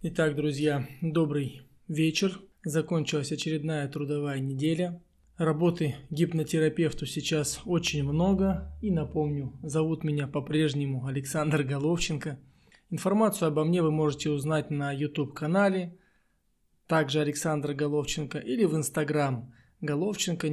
Итак, друзья, добрый вечер. Закончилась очередная трудовая неделя. Работы гипнотерапевту сейчас очень много. И напомню, зовут меня по-прежнему Александр Головченко. Информацию обо мне вы можете узнать на YouTube-канале, также Александр Головченко, или в Instagram Головченко,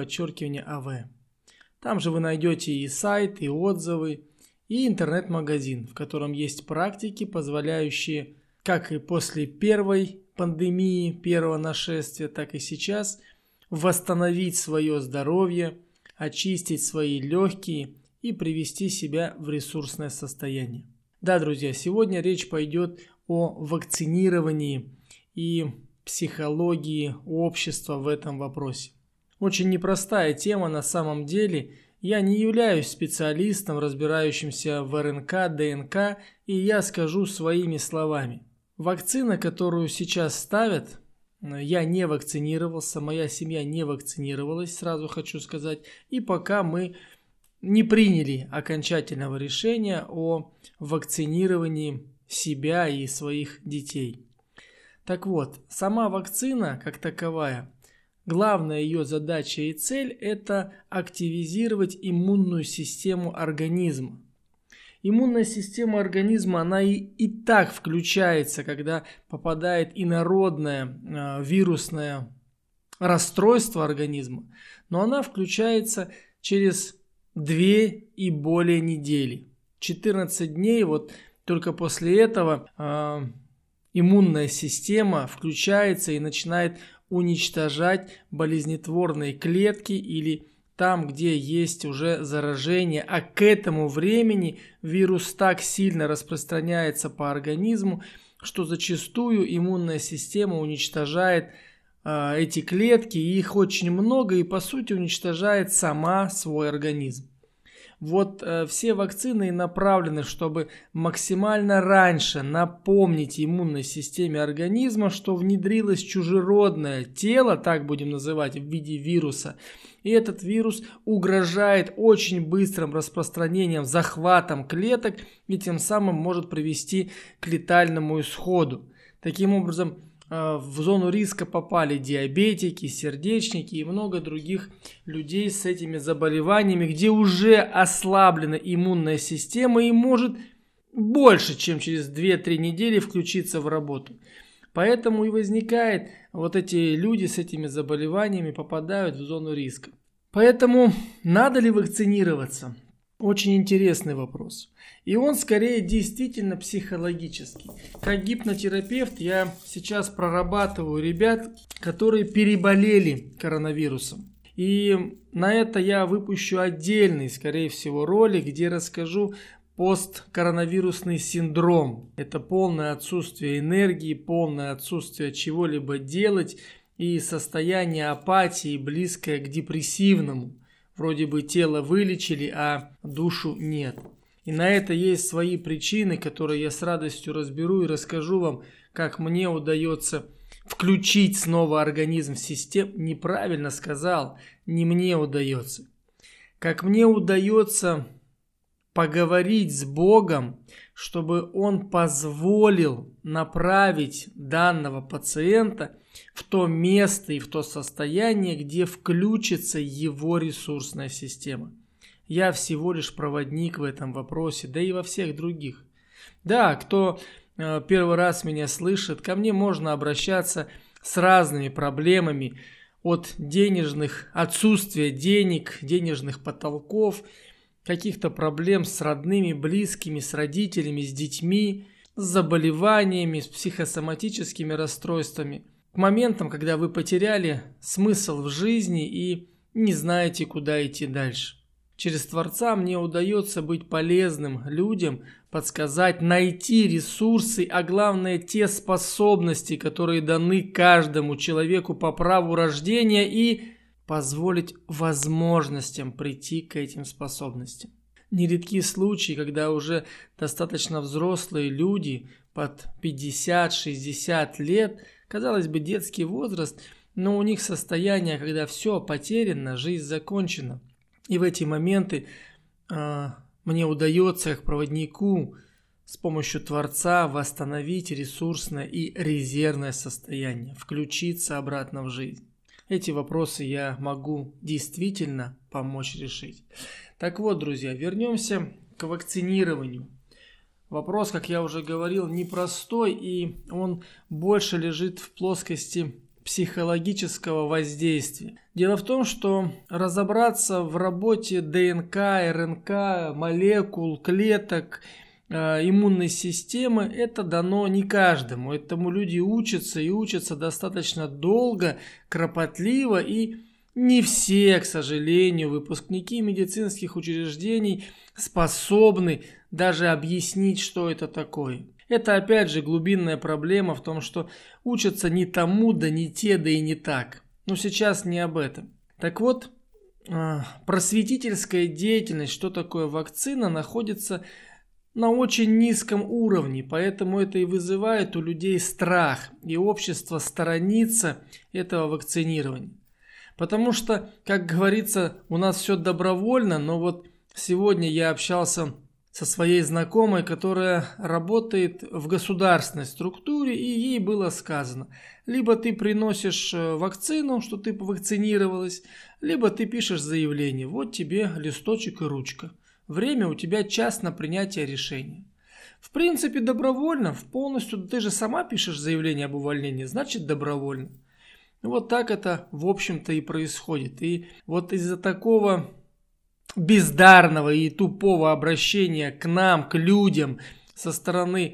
_АВ. Там же вы найдете и сайт, и отзывы, и интернет-магазин, в котором есть практики, позволяющие, как и после первой пандемии, первого нашествия, так и сейчас, восстановить свое здоровье, очистить свои легкие и привести себя в ресурсное состояние. Да, друзья, сегодня речь пойдет о вакцинировании и психологии общества в этом вопросе. Очень непростая тема на самом деле. Я не являюсь специалистом, разбирающимся в РНК, ДНК, и я скажу своими словами. Вакцина, которую сейчас ставят, я не вакцинировался, моя семья не вакцинировалась, сразу хочу сказать, и пока мы не приняли окончательного решения о вакцинировании себя и своих детей. Так вот, сама вакцина как таковая, главная ее задача и цель – это активизировать иммунную систему организма. Иммунная система организма, она и так включается, когда попадает инородное вирусное расстройство организма, но она включается через 2 и более недели. 14 дней, вот только после этого иммунная система включается и начинает уничтожать болезнетворные клетки или там, где есть уже заражение, а к этому времени вирус так сильно распространяется по организму, что зачастую иммунная система уничтожает эти клетки, и их очень много, и по сути уничтожает сама свой организм. Вот все вакцины направлены, чтобы максимально раньше напомнить иммунной системе организма, что внедрилось чужеродное тело, так будем называть, в виде вируса. И этот вирус угрожает очень быстрым распространением, захватом клеток и тем самым может привести к летальному исходу. Таким образом, в зону риска попали диабетики, сердечники и много других людей с этими заболеваниями, где уже ослаблена иммунная система и может больше, чем через 2-3 недели включиться в работу. Поэтому и возникает, вот эти люди с этими заболеваниями попадают в зону риска. Поэтому надо ли вакцинироваться? Очень интересный вопрос. И он скорее действительно психологический. Как гипнотерапевт я сейчас прорабатываю ребят, которые переболели коронавирусом. И на это я выпущу отдельный, скорее всего, ролик, где расскажу посткоронавирусный синдром. Это полное отсутствие энергии, полное отсутствие чего-либо делать и состояние апатии, близкое к депрессивному. Вроде бы тело вылечили, а душу нет. И на это есть свои причины, которые я с радостью разберу и расскажу вам, как мне удается включить снова организм в систему. Неправильно сказал, не мне удается. Как мне удается поговорить с Богом, чтобы Он позволил направить данного пациента в то место и в то состояние, где включится его ресурсная система. Я всего лишь проводник в этом вопросе, да и во всех других. Да, кто первый раз меня слышит, ко мне можно обращаться с разными проблемами, от отсутствия денег, денежных потолков, каких-то проблем с родными, близкими, с родителями, с детьми, с заболеваниями, с психосоматическими расстройствами, к моментам, когда вы потеряли смысл в жизни и не знаете, куда идти дальше. Через Творца мне удается быть полезным людям, подсказать, найти ресурсы, а главное те способности, которые даны каждому человеку по праву рождения, и позволить возможностям прийти к этим способностям. Нередки случаи, когда уже достаточно взрослые люди под 50-60 лет, казалось бы, детский возраст, но у них состояние, когда все потеряно, жизнь закончена. И в эти моменты мне удается, как проводнику, с помощью Творца восстановить ресурсное и резервное состояние, включиться обратно в жизнь? Эти вопросы я могу действительно помочь решить. Так вот, друзья, вернемся к вакцинированию. Вопрос, как я уже говорил, непростой, и он больше лежит в плоскости психологического воздействия. Дело в том, что разобраться в работе ДНК, РНК, молекул, клеток, иммунной системы, это дано не каждому. Этому люди учатся и учатся достаточно долго, кропотливо, и не все, к сожалению, выпускники медицинских учреждений способны даже объяснить, что это такое. Это опять же глубинная проблема в том, что учатся не тому, да не те, да и не так. Но сейчас не об этом. Так вот, просветительская деятельность, что такое вакцина, находится на очень низком уровне, поэтому это и вызывает у людей страх, и общество сторонится этого вакцинирования. Потому что, как говорится, у нас все добровольно, но вот сегодня я общался со своей знакомой, которая работает в государственной структуре, и ей было сказано: либо ты приносишь вакцину, что ты вакцинировалась, либо ты пишешь заявление, вот тебе листочек и ручка. Время у тебя час на принятие решения. В принципе, добровольно, полностью, ты же сама пишешь заявление об увольнении, значит добровольно. Вот так это, в общем-то, и происходит. И вот из-за такого бездарного и тупого обращения к нам, к людям со стороны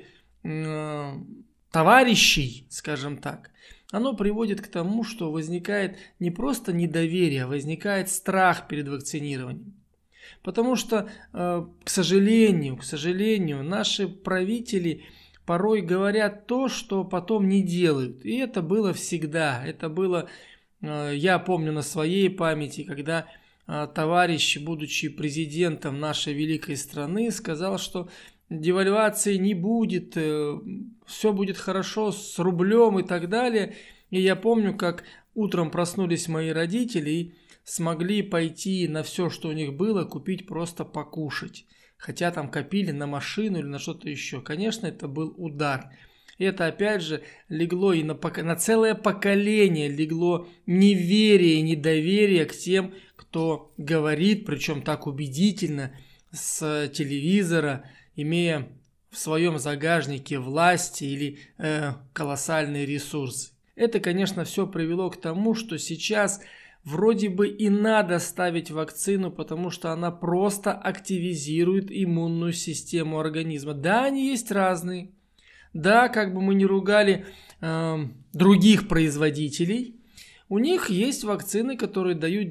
товарищей, скажем так, оно приводит к тому, что возникает не просто недоверие, а возникает страх перед вакцинированием. Потому что, к сожалению, наши правители порой говорят то, что потом не делают. И это было всегда. Это было, я помню на своей памяти, когда товарищ, будучи президентом нашей великой страны, сказал, что девальвации не будет, все будет хорошо с рублем и так далее. И я помню, как утром проснулись мои родители и смогли пойти на все, что у них было, купить просто покушать. Хотя там копили на машину или на что-то еще. Конечно, это был удар. И это опять же легло и на целое поколение легло неверие и недоверие к тем, кто говорит, причем так убедительно, с телевизора, имея в своем загажнике власти или колоссальные ресурсы. Это, конечно, все привело к тому, что сейчас вроде бы и надо ставить вакцину, потому что она просто активизирует иммунную систему организма. Да, они есть разные. Да, как бы мы ни ругали других производителей, у них есть вакцины, которые дают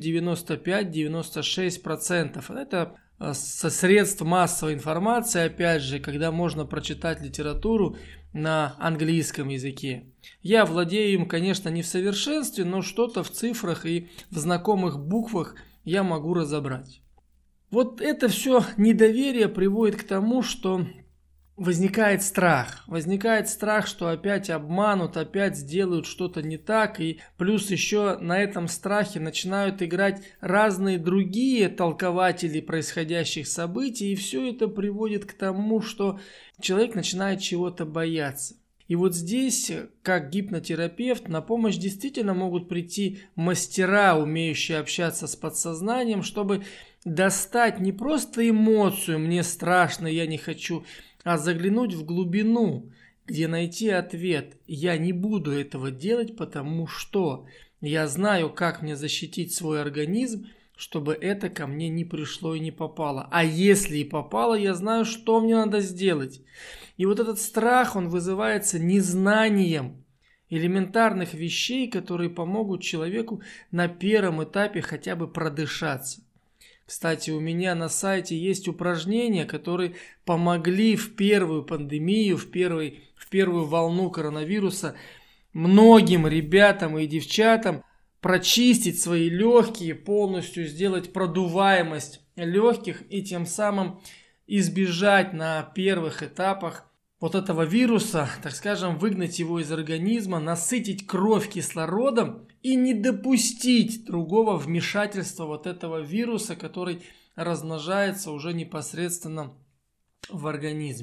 95-96%. Это со средств массовой информации, опять же, когда можно прочитать литературу на английском языке. Я владею им, конечно, не в совершенстве, но что-то в цифрах и в знакомых буквах я могу разобрать. Вот это все недоверие приводит к тому, что возникает страх. Возникает страх, что опять обманут, опять сделают что-то не так. И плюс еще на этом страхе начинают играть разные другие толкователи происходящих событий. И все это приводит к тому, что человек начинает чего-то бояться. И вот здесь, как гипнотерапевт, на помощь действительно могут прийти мастера, умеющие общаться с подсознанием, чтобы достать не просто эмоцию «мне страшно, я не хочу», а заглянуть в глубину, где найти ответ. Я не буду этого делать, потому что я знаю, как мне защитить свой организм, чтобы это ко мне не пришло и не попало. А если и попало, я знаю, что мне надо сделать. И вот этот страх, он вызывается незнанием элементарных вещей, которые помогут человеку на первом этапе хотя бы продышаться. Кстати, у меня на сайте есть упражнения, которые помогли в первую пандемию, в первую волну коронавируса многим ребятам и девчатам прочистить свои легкие, полностью сделать продуваемость легких и тем самым избежать на первых этапах вот этого вируса, так скажем, выгнать его из организма, насытить кровь кислородом и не допустить другого вмешательства вот этого вируса, который размножается уже непосредственно в организме.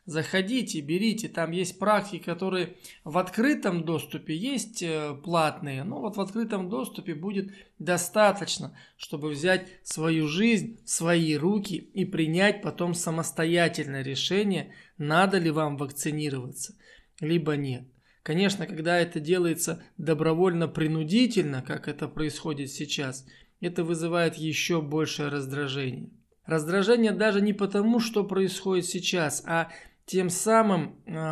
заходите, берите. Там есть практики, которые в открытом доступе, есть платные. Но вот в открытом доступе будет достаточно, чтобы взять свою жизнь в свои руки и принять потом самостоятельное решение, надо ли вам вакцинироваться, либо нет. Конечно, когда это делается добровольно-принудительно, как это происходит сейчас, это вызывает еще большее раздражение. Раздражение даже не потому, что происходит сейчас, а тем самым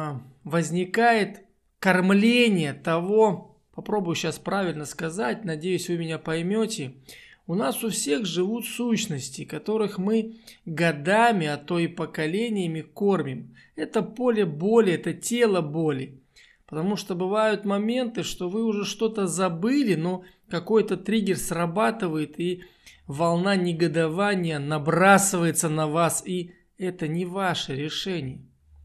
возникает кормление того, попробую сейчас правильно сказать, надеюсь, вы меня поймете. У нас у всех живут сущности, которых мы годами, а то и поколениями кормим. Это поле боли, это тело боли. Потому что бывают моменты, что вы уже что-то забыли, но какой-то триггер срабатывает, и волна негодования набрасывается на вас, и это не ваше решение.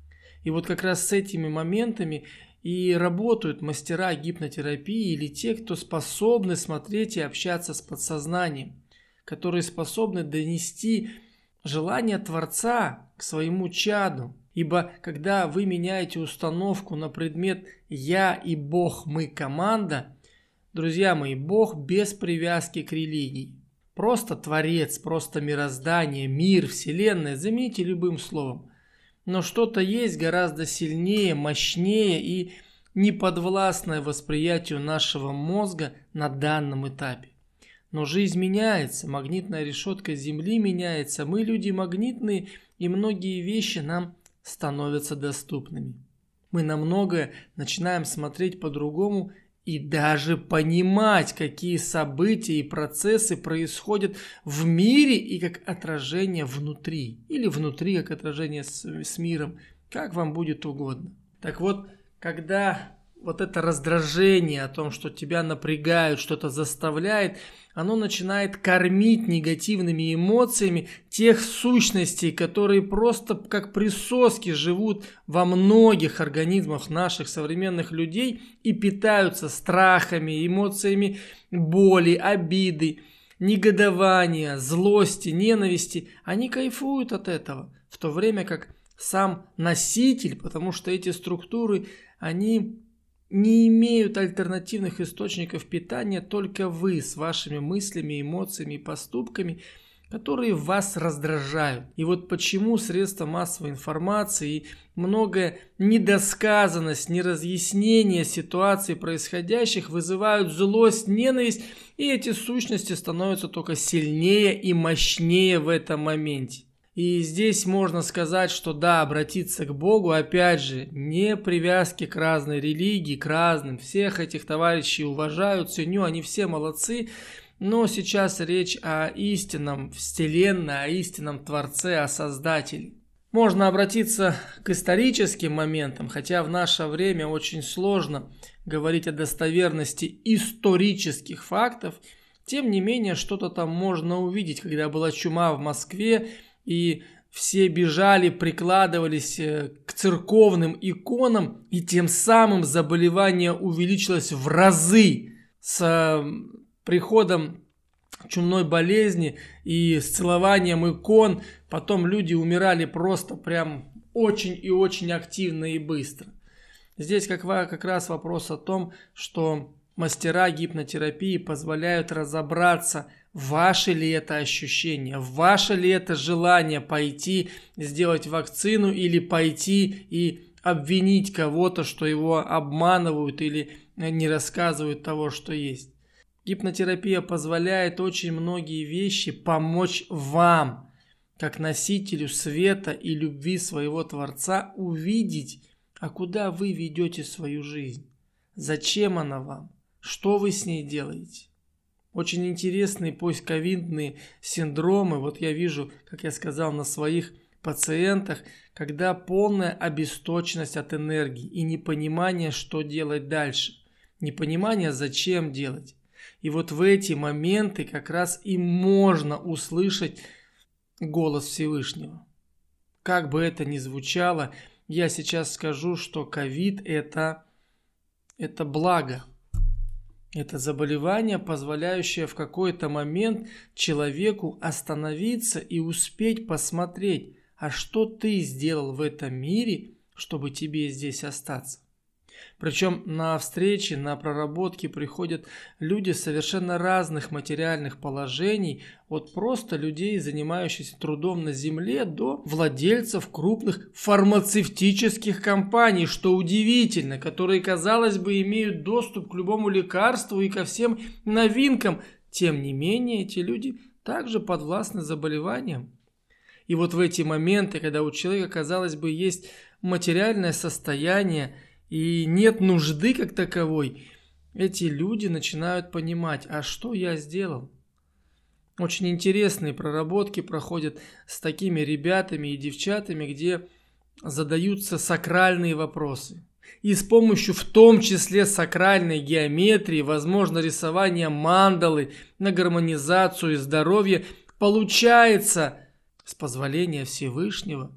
И вот как раз с этими моментами и работают мастера гипнотерапии или те, кто способны смотреть и общаться с подсознанием, которые способны донести желание Творца к своему чаду. Ибо когда вы меняете установку на предмет «я» и «Бог, мы команда», друзья мои, Бог без привязки к религии. Просто Творец, просто мироздание, мир, Вселенная, замените любым словом. Но что-то есть гораздо сильнее, мощнее и неподвластное восприятию нашего мозга на данном этапе. Но жизнь меняется, магнитная решетка Земли меняется, мы люди магнитные, и многие вещи нам становятся доступными. Мы на многое начинаем смотреть по-другому и даже понимать, какие события и процессы происходят в мире и как отражение внутри. Или внутри как отражение с миром, как вам будет угодно. Так вот, когда вот это раздражение о том, что тебя напрягают, что-то заставляет, оно начинает кормить негативными эмоциями тех сущностей, которые просто как присоски живут во многих организмах наших современных людей и питаются страхами, эмоциями боли, обиды, негодования, злости, ненависти. Они кайфуют от этого, в то время как сам носитель, потому что эти структуры, они не имеют альтернативных источников питания, только вы с вашими мыслями, эмоциями и поступками, которые вас раздражают. И вот почему средства массовой информации и многое недосказанность, неразъяснение ситуаций происходящих вызывают злость, ненависть, и эти сущности становятся только сильнее и мощнее в этом моменте. И здесь можно сказать, что да, обратиться к Богу, опять же, не привязки к разной религии, к разным. Всех этих товарищей уважаю, ценю, они все молодцы. Но сейчас речь о истинном Вселенной, о истинном Творце, о Создателе. Можно обратиться к историческим моментам, хотя в наше время очень сложно говорить о достоверности исторических фактов. Тем не менее, что-то там можно увидеть, когда была чума в Москве, и все бежали, прикладывались к церковным иконам, и тем самым заболевание увеличилось в разы с приходом чумной болезни и с целованием икон. Потом люди умирали просто прям очень и очень активно и быстро. Здесь как раз вопрос о том, что мастера гипнотерапии позволяют разобраться, ваше ли это ощущение, ваше ли это желание пойти сделать вакцину или пойти и обвинить кого-то, что его обманывают или не рассказывают того, что есть. Гипнотерапия позволяет очень многие вещи помочь вам, как носителю света и любви своего Творца, увидеть, а куда вы ведете свою жизнь, зачем она вам, что вы с ней делаете. Очень интересные постковидные синдромы, вот я вижу, как я сказал, на своих пациентах, когда полная обесточенность от энергии и непонимание, что делать дальше, непонимание, зачем делать. И вот в эти моменты как раз и можно услышать голос Всевышнего. Как бы это ни звучало, я сейчас скажу, что ковид это благо. Это заболевание, позволяющее в какой-то момент человеку остановиться и успеть посмотреть, а что ты сделал в этом мире, чтобы тебе здесь остаться. Причем на встречи, на проработки приходят люди совершенно разных материальных положений, от просто людей, занимающихся трудом на земле, до владельцев крупных фармацевтических компаний, что удивительно, которые, казалось бы, имеют доступ к любому лекарству и ко всем новинкам. Тем не менее, эти люди также подвластны заболеваниям. И вот в эти моменты, когда у человека, казалось бы, есть материальное состояние, и нет нужды как таковой, эти люди начинают понимать, а что я сделал? Очень интересные проработки проходят с такими ребятами и девчатами, где задаются сакральные вопросы. И с помощью в том числе сакральной геометрии, возможно, рисования мандалы на гармонизацию и здоровье, получается, с позволения Всевышнего,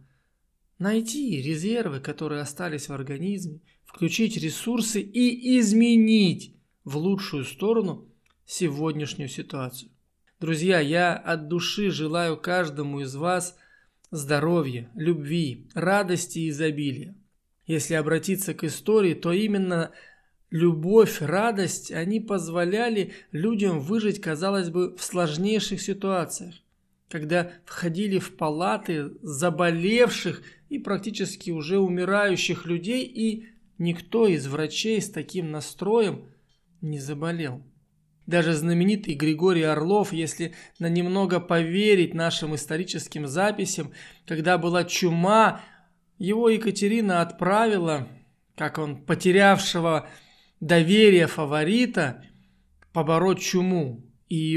найти резервы, которые остались в организме, включить ресурсы и изменить в лучшую сторону сегодняшнюю ситуацию. Друзья, я от души желаю каждому из вас здоровья, любви, радости и изобилия. Если обратиться к истории, то именно любовь, радость, они позволяли людям выжить, казалось бы, в сложнейших ситуациях, когда входили в палаты заболевших и практически уже умирающих людей, и никто из врачей с таким настроем не заболел. Даже знаменитый Григорий Орлов, если на немного поверить нашим историческим записям, когда была чума, его Екатерина отправила, как он, потерявшего доверие фаворита, побороть чуму. И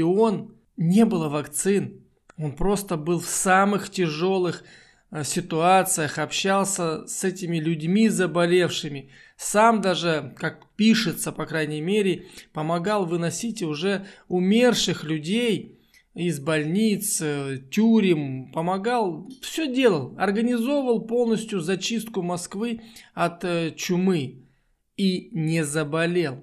не было вакцин. Он просто был в самых тяжелых ситуациях, общался с этими людьми заболевшими. Сам даже, как пишется, по крайней мере, помогал выносить уже умерших людей из больниц, тюрем, помогал, все делал, организовывал полностью зачистку Москвы от чумы и не заболел.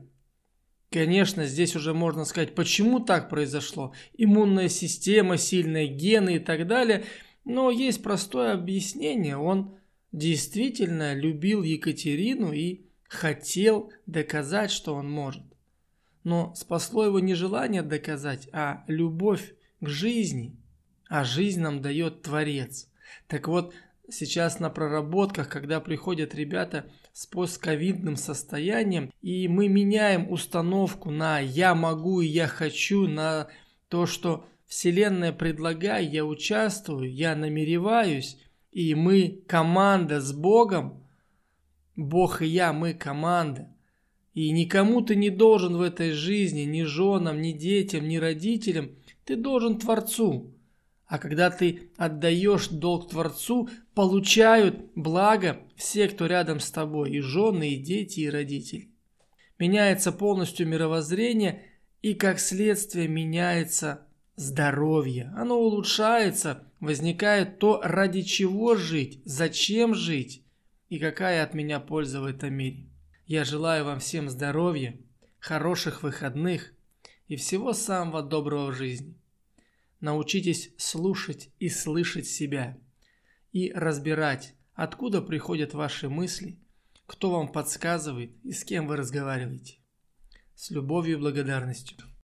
Конечно, здесь уже можно сказать, почему так произошло. Иммунная система, сильные гены и так далее. Но есть простое объяснение. Он действительно любил Екатерину и хотел доказать, что он может. Но спасло его не желание доказать, а любовь к жизни. А жизнь нам дает Творец. Так вот, сейчас на проработках, когда приходят ребята с постковидным состоянием, и мы меняем установку на «я могу» и «я хочу», на то, что Вселенная предлагает, я участвую, я намереваюсь, и мы команда с Богом, Бог и я, мы команда. И никому ты не должен в этой жизни, ни женам, ни детям, ни родителям, ты должен Творцу. А когда ты отдаешь долг Творцу, получают благо все, кто рядом с тобой, и жены, и дети, и родители. Меняется полностью мировоззрение, и как следствие меняется здоровье. Оно улучшается, возникает то, ради чего жить, зачем жить и какая от меня польза в этом мире. Я желаю вам всем здоровья, хороших выходных и всего самого доброго в жизни. Научитесь слушать и слышать себя и разбирать, откуда приходят ваши мысли, кто вам подсказывает и с кем вы разговариваете. С любовью и благодарностью.